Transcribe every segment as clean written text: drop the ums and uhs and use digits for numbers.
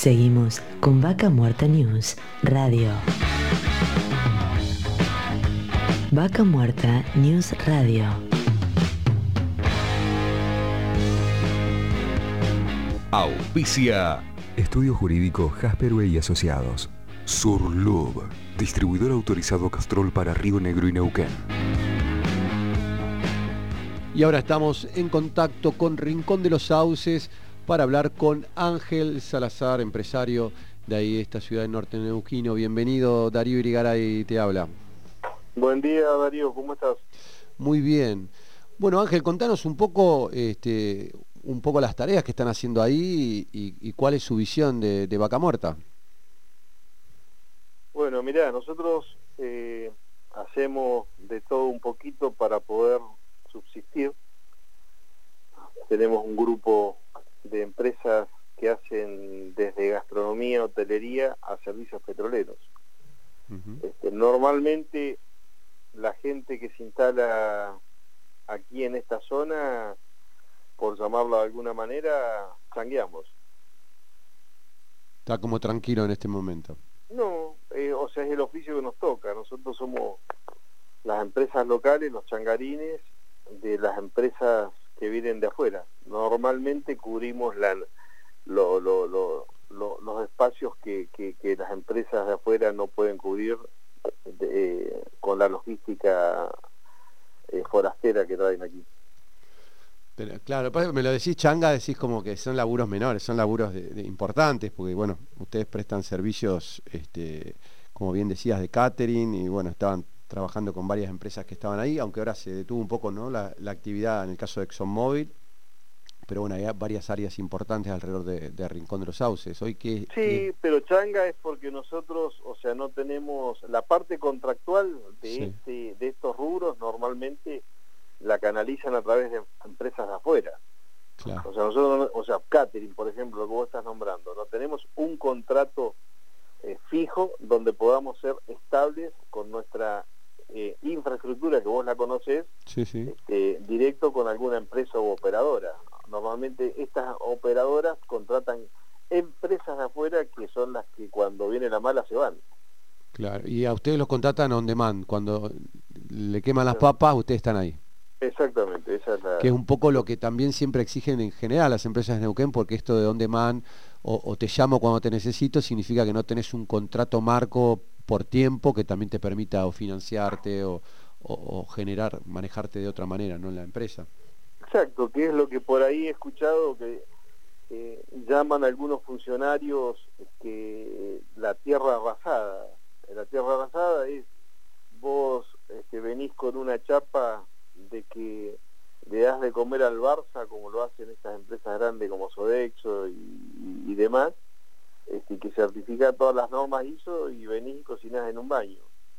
Seguimos con Vaca Muerta News Radio. Vaca Muerta News Radio. Auspicia Estudio Jurídico Jasperway y Asociados. Surlub, distribuidor autorizado Castrol para Río Negro y Neuquén. Y ahora estamos en contacto con Rincón de los Sauces para hablar con Ángel Salazar, empresario de ahí, esta ciudad del norte neuquino. Bienvenido, Darío Irigaray te habla. Buen día, Darío, ¿cómo estás? Muy bien. Bueno, Ángel, contanos un poco las tareas que están haciendo ahí y cuál es su visión de Vaca Muerta. Bueno, mirá, nosotros hacemos de todo un poquito para poder subsistir. Tenemos un grupo de empresas que hacen desde gastronomía, hotelería a servicios petroleros. Normalmente la gente que se instala aquí en esta zona, por llamarlo de alguna manera, changueamos. Está como tranquilo en este momento. No, o sea, es el oficio que nos toca. Nosotros somos las empresas locales, los changarines de las empresas que vienen de afuera. Normalmente cubrimos los espacios que las empresas de afuera no pueden cubrir con la logística forastera que traen aquí. Pero, claro, me lo decís changa, decís como que son laburos menores, son laburos importantes, porque bueno, ustedes prestan servicios, como bien decías, de catering, y bueno, estaban trabajando con varias empresas que estaban ahí, aunque ahora se detuvo un poco, ¿no?, la actividad en el caso de ExxonMobil, pero bueno, hay varias áreas importantes alrededor de Rincón de los Sauces. Hoy Sí, pero changa es porque nosotros, o sea, no tenemos la parte contractual de de estos rubros, normalmente la canalizan a través de empresas de afuera. Claro. O sea, nosotros, o sea, catering, por ejemplo, lo que vos estás nombrando, no tenemos un contrato fijo donde podamos ser estables con nuestra infraestructura, que vos la conocés, directo con alguna empresa u operadora. Normalmente estas operadoras contratan empresas de afuera que son las que cuando viene la mala se van. Claro, y a ustedes los contratan on demand, cuando le queman las papas, ustedes están ahí. Exactamente, esa es la... Que es un poco lo que también siempre exigen en general las empresas de Neuquén, porque esto de on demand o te llamo cuando te necesito significa que no tenés un contrato marco por tiempo que también te permita o financiarte o manejarte de otra manera, ¿no?, en la empresa. Exacto, que es lo que por ahí he escuchado que llaman algunos funcionarios que la tierra arrasada. La tierra arrasada es vos venís con una chapa de que le das de comer al Barça, como lo hacen estas empresas grandes como Sodexo y demás, que certifica todas las normas ISO, y venís y cocinás en un baño.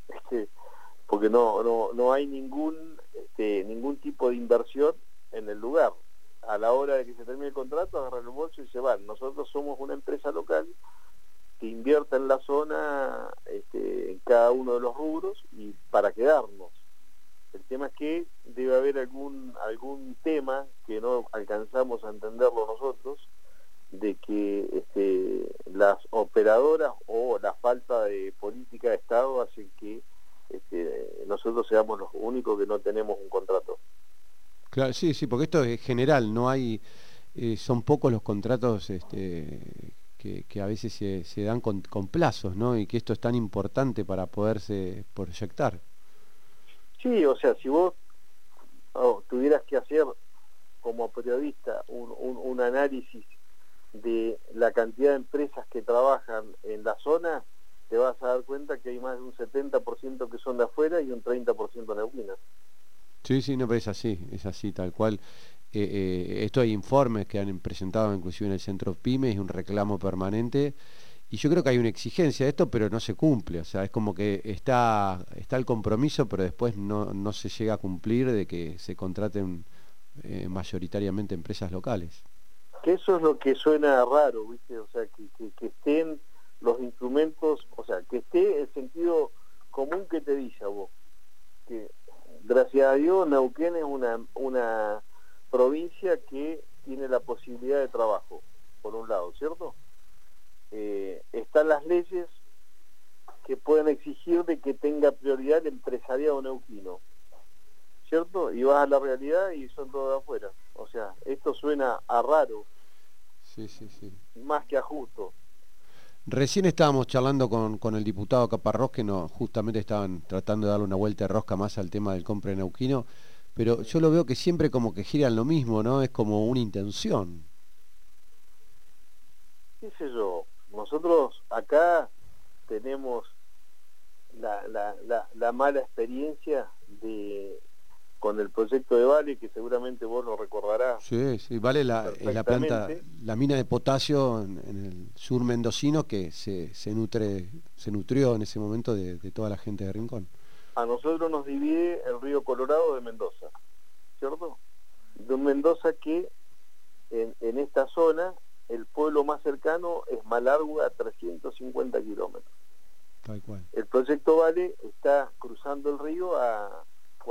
Porque no hay ningún tipo de inversión en el lugar. A la hora de que se termine el contrato, agarran el bolso y se van. Nosotros somos una empresa local que invierte en la zona, en cada uno de los rubros, y para quedarnos. El tema es que debe haber algún tema que no alcanzamos a entenderlo nosotros, de que las operadoras o la falta de política de Estado hacen que nosotros seamos los únicos que no tenemos un contrato. Claro, sí, porque esto es general, no hay, son pocos los contratos que a veces se dan con plazos, ¿no? Y que esto es tan importante para poderse proyectar. Sí, o sea, si vos tuvieras que hacer como periodista un análisis de la cantidad de empresas que trabajan en la zona, te vas a dar cuenta que hay más de un 70% que son de afuera y un 30% neuquinas. Sí, no, pero es así, tal cual. Esto hay informes que han presentado inclusive en el Centro Pymes, un reclamo permanente, y yo creo que hay una exigencia de esto, pero no se cumple. O sea, es como que está el compromiso, pero después no se llega a cumplir de que se contraten mayoritariamente empresas locales. Que eso es lo que suena raro, ¿viste? O sea, que estén los instrumentos, o sea, que esté el sentido común que te dice a vos, que gracias a Dios Neuquén es una provincia que tiene la posibilidad de trabajo, por un lado, ¿cierto? están las leyes que pueden exigir de que tenga prioridad el empresariado neuquino, ¿cierto? Y vas a la realidad y son todos de afuera. O sea, esto suena a raro, Sí, sí, sí. más que a justo. Recién estábamos charlando con el diputado Caparrós, que no, justamente estaban tratando de darle una vuelta de rosca más al tema del compre neuquino, pero yo lo veo que siempre como que giran lo mismo, ¿no? Es como una intención. ¿Qué sé yo? Nosotros acá tenemos la mala experiencia con el proyecto de Vale, que seguramente vos lo recordarás. Sí, sí, vale es la planta, la mina de potasio en el sur mendocino que se nutrió en ese momento de toda la gente de Rincón. A nosotros nos divide el río Colorado de Mendoza, ¿cierto? De un Mendoza que en esta zona el pueblo más cercano es Malargüe, a 350 kilómetros. Tal cual. El proyecto Vale está cruzando el río a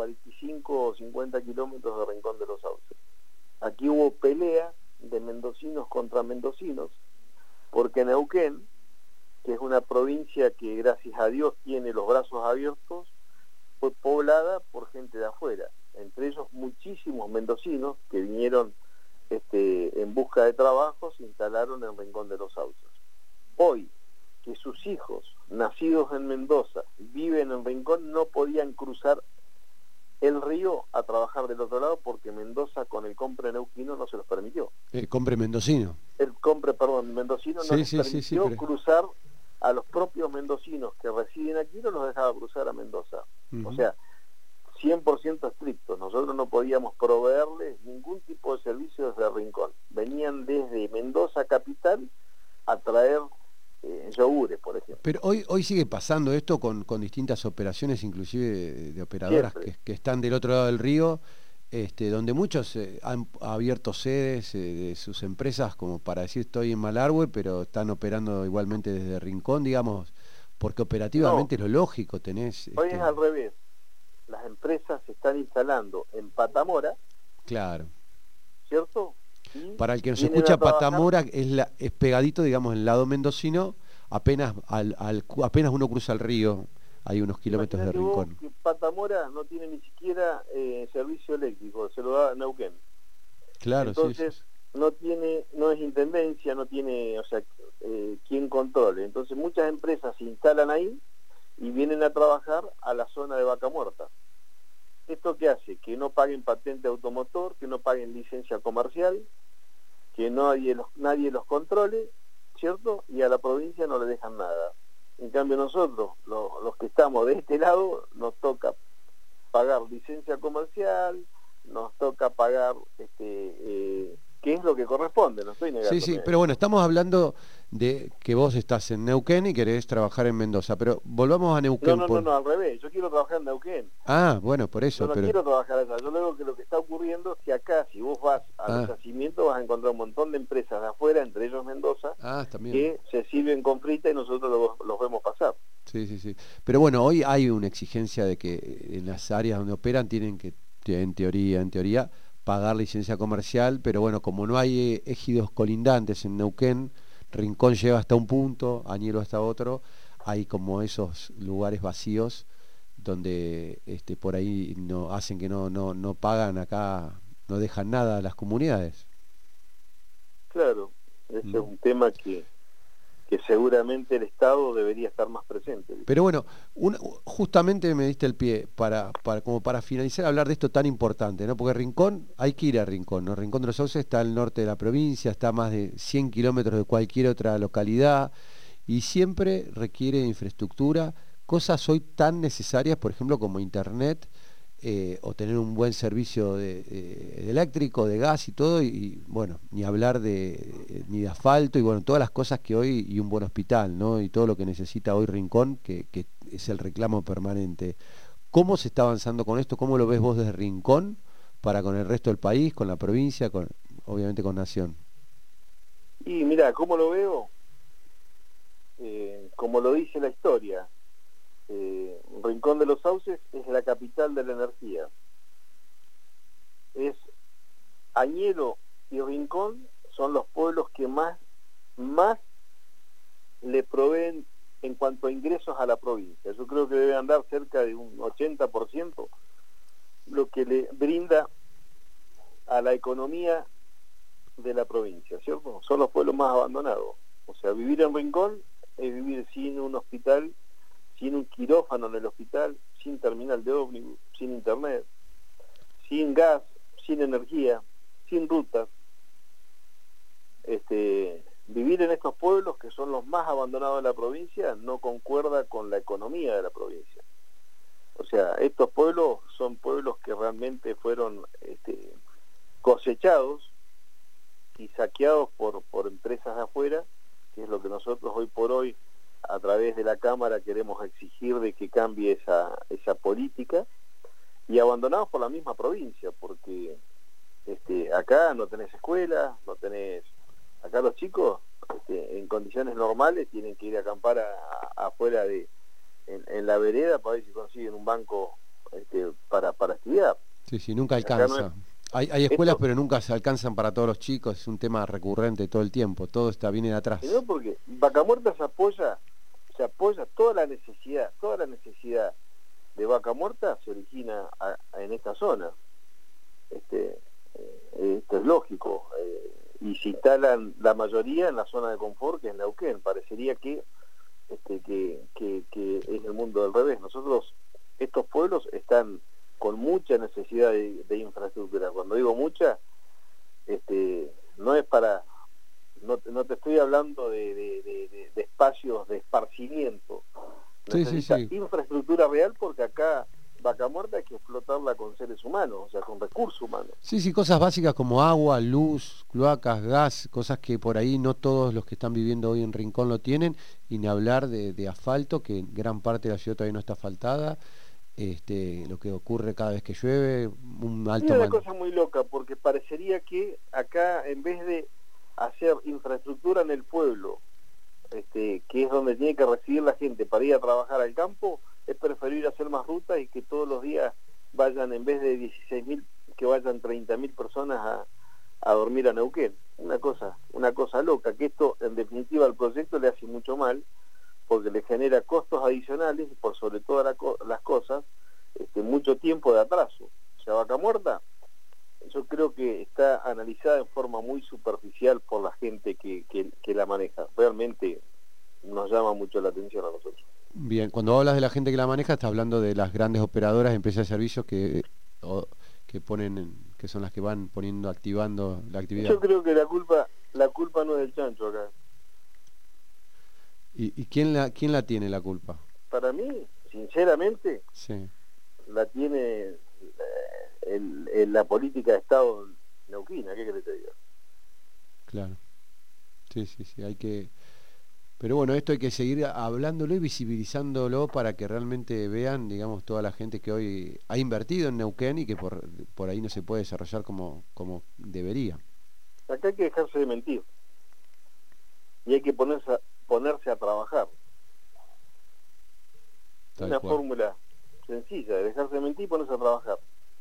45 o 50 kilómetros de Rincón de los Sauces. Aquí hubo pelea de mendocinos contra mendocinos, porque Neuquén, que es una provincia que gracias a Dios tiene los brazos abiertos, fue poblada por gente de afuera, entre ellos muchísimos mendocinos que vinieron en busca de trabajo, se instalaron en Rincón de los Sauces. Hoy, que sus hijos, nacidos en Mendoza, viven en Rincón, no podían cruzar el río a trabajar del otro lado porque Mendoza con el compre neuquino no se los permitió. Compre mendocino. El compre, perdón, mendocino no les permitió pero... cruzar a los propios mendocinos que residen aquí, no los dejaba cruzar a Mendoza. O sea, 100% estrictos. Nosotros no podíamos proveerles ningún tipo de servicio desde Rincón. Venían desde Mendoza capital a traer yogures, por ejemplo. Pero hoy sigue pasando esto con distintas operaciones, inclusive de operadoras que están del otro lado del río, donde muchos han abierto sedes de sus empresas como para decir estoy en Malargüe, pero están operando igualmente desde Rincón, digamos, porque operativamente es lo lógico, tenés... Hoy es al revés. Las empresas se están instalando en Patamora. Claro. ¿Cierto? Para el que nos escucha, Patamora es pegadito, digamos, en el lado mendocino, apenas uno cruza el río, hay unos kilómetros de Rincón. Que Patamora no tiene ni siquiera servicio eléctrico, se lo da Neuquén. Claro, entonces, sí. no es intendencia, no tiene, o sea, quien controle. Entonces muchas empresas se instalan ahí y vienen a trabajar a la zona de Vaca Muerta. ¿Esto qué hace? Que no paguen patente automotor, que no paguen licencia comercial, que nadie los controle, ¿cierto? Y a la provincia no le dejan nada. En cambio nosotros, los que estamos de este lado, nos toca pagar licencia comercial, nos toca pagar qué es lo que corresponde, no estoy negando. Sí, pero bueno, estamos hablando de que vos estás en Neuquén y querés trabajar en Mendoza, pero volvamos a Neuquén. No, al revés, yo quiero trabajar en Neuquén. Ah, bueno, por eso. Yo no quiero trabajar allá, yo creo que lo que está ocurriendo es que acá, si vos vas a los yacimientos, vas a encontrar un montón de empresas de afuera, entre ellos Mendoza, que se sirven con frita y nosotros los vemos pasar. Sí. Pero bueno, hoy hay una exigencia de que en las áreas donde operan tienen que, en teoría, pagar licencia comercial, pero bueno, como no hay ejidos colindantes en Neuquén, Rincón lleva hasta un punto, Añelo hasta otro, hay como esos lugares vacíos donde por ahí no hacen que no pagan acá, no dejan nada a las comunidades. Claro, ese es un tema que seguramente el Estado debería estar más presente. Pero bueno, justamente me diste el pie como para finalizar hablar de esto tan importante, ¿no? Porque Rincón, hay que ir a Rincón, ¿no? Rincón de los Sauces está al norte de la provincia, está a más de 100 kilómetros de cualquier otra localidad y siempre requiere infraestructura, cosas hoy tan necesarias, por ejemplo, como internet, o tener un buen servicio de eléctrico, de gas y todo, y bueno, ni hablar ni de asfalto, y bueno, todas las cosas que hoy, y un buen hospital, ¿no? Y todo lo que necesita hoy Rincón, que es el reclamo permanente. ¿Cómo se está avanzando con esto? ¿Cómo lo ves vos desde Rincón para con el resto del país, con la provincia, obviamente con Nación? Y mira, ¿cómo lo veo? Como lo dice la historia, Rincón de los Sauces es la capital de la energía. Añelo y Rincón son los pueblos que más le proveen en cuanto a ingresos a la provincia. Yo creo que debe andar cerca de un 80% lo que le brinda a la economía de la provincia, ¿cierto? Son los pueblos más abandonados. O sea, vivir en Rincón es vivir sin un hospital, sin un quirófano en el hospital, sin terminal de ómnibus, sin internet, sin gas, sin energía, sin rutas. Vivir en estos pueblos, que son los más abandonados de la provincia, no concuerda con la economía de la provincia. O sea, estos pueblos son pueblos que realmente fueron cosechados y saqueados por empresas de afuera, que es lo que nosotros hoy por hoy, a través de la Cámara, queremos exigir de que cambie esa política, y abandonados por la misma provincia, porque acá no tenés escuela, no tenés... Acá los chicos, en condiciones normales, tienen que ir a acampar afuera en la vereda para ver si consiguen un banco para estudiar. Sí, nunca alcanza. Hay escuelas, pero nunca se alcanzan para todos los chicos, es un tema recurrente todo el tiempo, todo viene de atrás. No, porque Vaca Muerta se apoya toda la necesidad de Vaca Muerta se origina en esta zona. Esto es lógico. Y se instalan la mayoría en la zona de confort, que es Neuquén. Parecería que es el mundo del revés. Estos pueblos están con mucha necesidad de infraestructura. Cuando digo mucha, no es para... No te estoy hablando de espacios de esparcimiento. Necesita infraestructura real, porque acá Vaca Muerta hay que explotarla con seres humanos, o sea, con recursos humanos. Sí, cosas básicas como agua, luz, cloacas, gas, cosas que por ahí no todos los que están viviendo hoy en Rincón lo tienen, y ni hablar de asfalto, que gran parte de la ciudad todavía no está asfaltada, lo que ocurre cada vez que llueve, un alto... Es una cosa muy loca, porque parecería que acá, en vez de hacer infraestructura en el pueblo, que es donde tiene que recibir la gente para ir a trabajar al campo, es preferir hacer más rutas y que todos los días vayan, en vez de 16.000, que vayan 30.000 personas a dormir a Neuquén. Una cosa loca, que esto en definitiva al proyecto le hace mucho mal, porque le genera costos adicionales y por sobre todas las cosas, mucho tiempo de atraso. O sea, Vaca Muerta, yo creo que está analizada en forma muy superficial por la gente que la maneja. Realmente nos llama mucho la atención a nosotros. Bien, cuando hablas de la gente que la maneja, estás hablando de las grandes operadoras, empresas de servicios que son las que van activando la actividad. Yo creo que la culpa no es del chancho acá. ¿Y quién la tiene la culpa? Para mí, sinceramente, sí, la tiene la política de Estado neuquina. ¿Qué querés que te diga? Claro. Sí, hay que... Pero bueno, esto hay que seguir hablándolo y visibilizándolo para que realmente vean, digamos, toda la gente que hoy ha invertido en Neuquén y que por ahí no se puede desarrollar como debería. Acá hay que dejarse de mentir. Y hay que ponerse a trabajar. Una fórmula sencilla, de dejarse de mentir y ponerse a trabajar.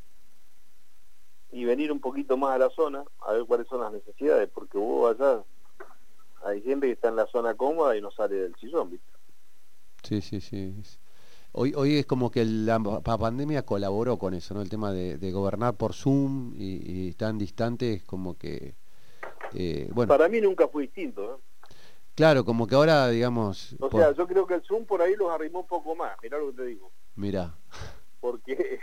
Y venir un poquito más a la zona, a ver cuáles son las necesidades, porque vos allá... Hay gente que está en la zona cómoda y no sale del sillón, ¿viste? Sí. Hoy es como que la pandemia colaboró con eso, ¿no? El tema de gobernar por Zoom y tan distantes, como que... bueno. Para mí nunca fue distinto, ¿eh? Claro, como que ahora, digamos... O sea, yo creo que el Zoom por ahí los arrimó un poco más, mirá lo que te digo. Mirá. Porque...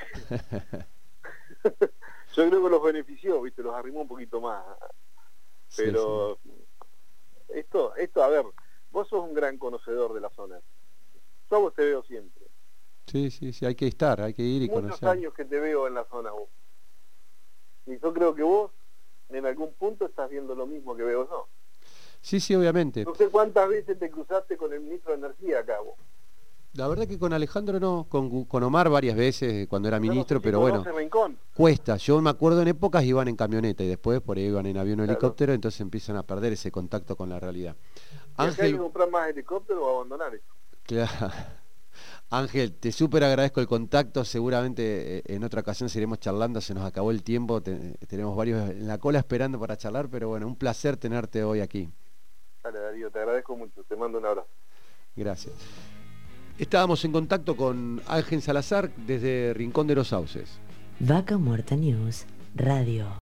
yo creo que los benefició, ¿viste? Los arrimó un poquito más. Pero... Sí. Esto, a ver, vos sos un gran conocedor de la zona. Yo a vos te veo siempre. Sí, hay que ir y conocer. Muchos años que te veo en la zona vos. Y yo creo que vos, en algún punto, estás viendo lo mismo que veo yo. Sí, obviamente. No sé cuántas veces te cruzaste con el ministro de Energía acá vos. La verdad que con Alejandro no, con Omar varias veces cuando era ministro, no sé si pero bueno, Rincón. Cuesta. Yo me acuerdo en épocas iban en camioneta y después por ahí iban en avión o helicóptero, entonces empiezan a perder ese contacto con la realidad. Ángel, hay que comprar más helicóptero o abandonar esto. Claro. Ángel, te súper agradezco el contacto, seguramente en otra ocasión seguiremos charlando, se nos acabó el tiempo, tenemos varios en la cola esperando para charlar, pero bueno, un placer tenerte hoy aquí. Dale, Darío, te agradezco mucho, te mando un abrazo. Gracias. Estábamos en contacto con Ángel Salazar desde Rincón de los Sauces. Vaca Muerta News Radio.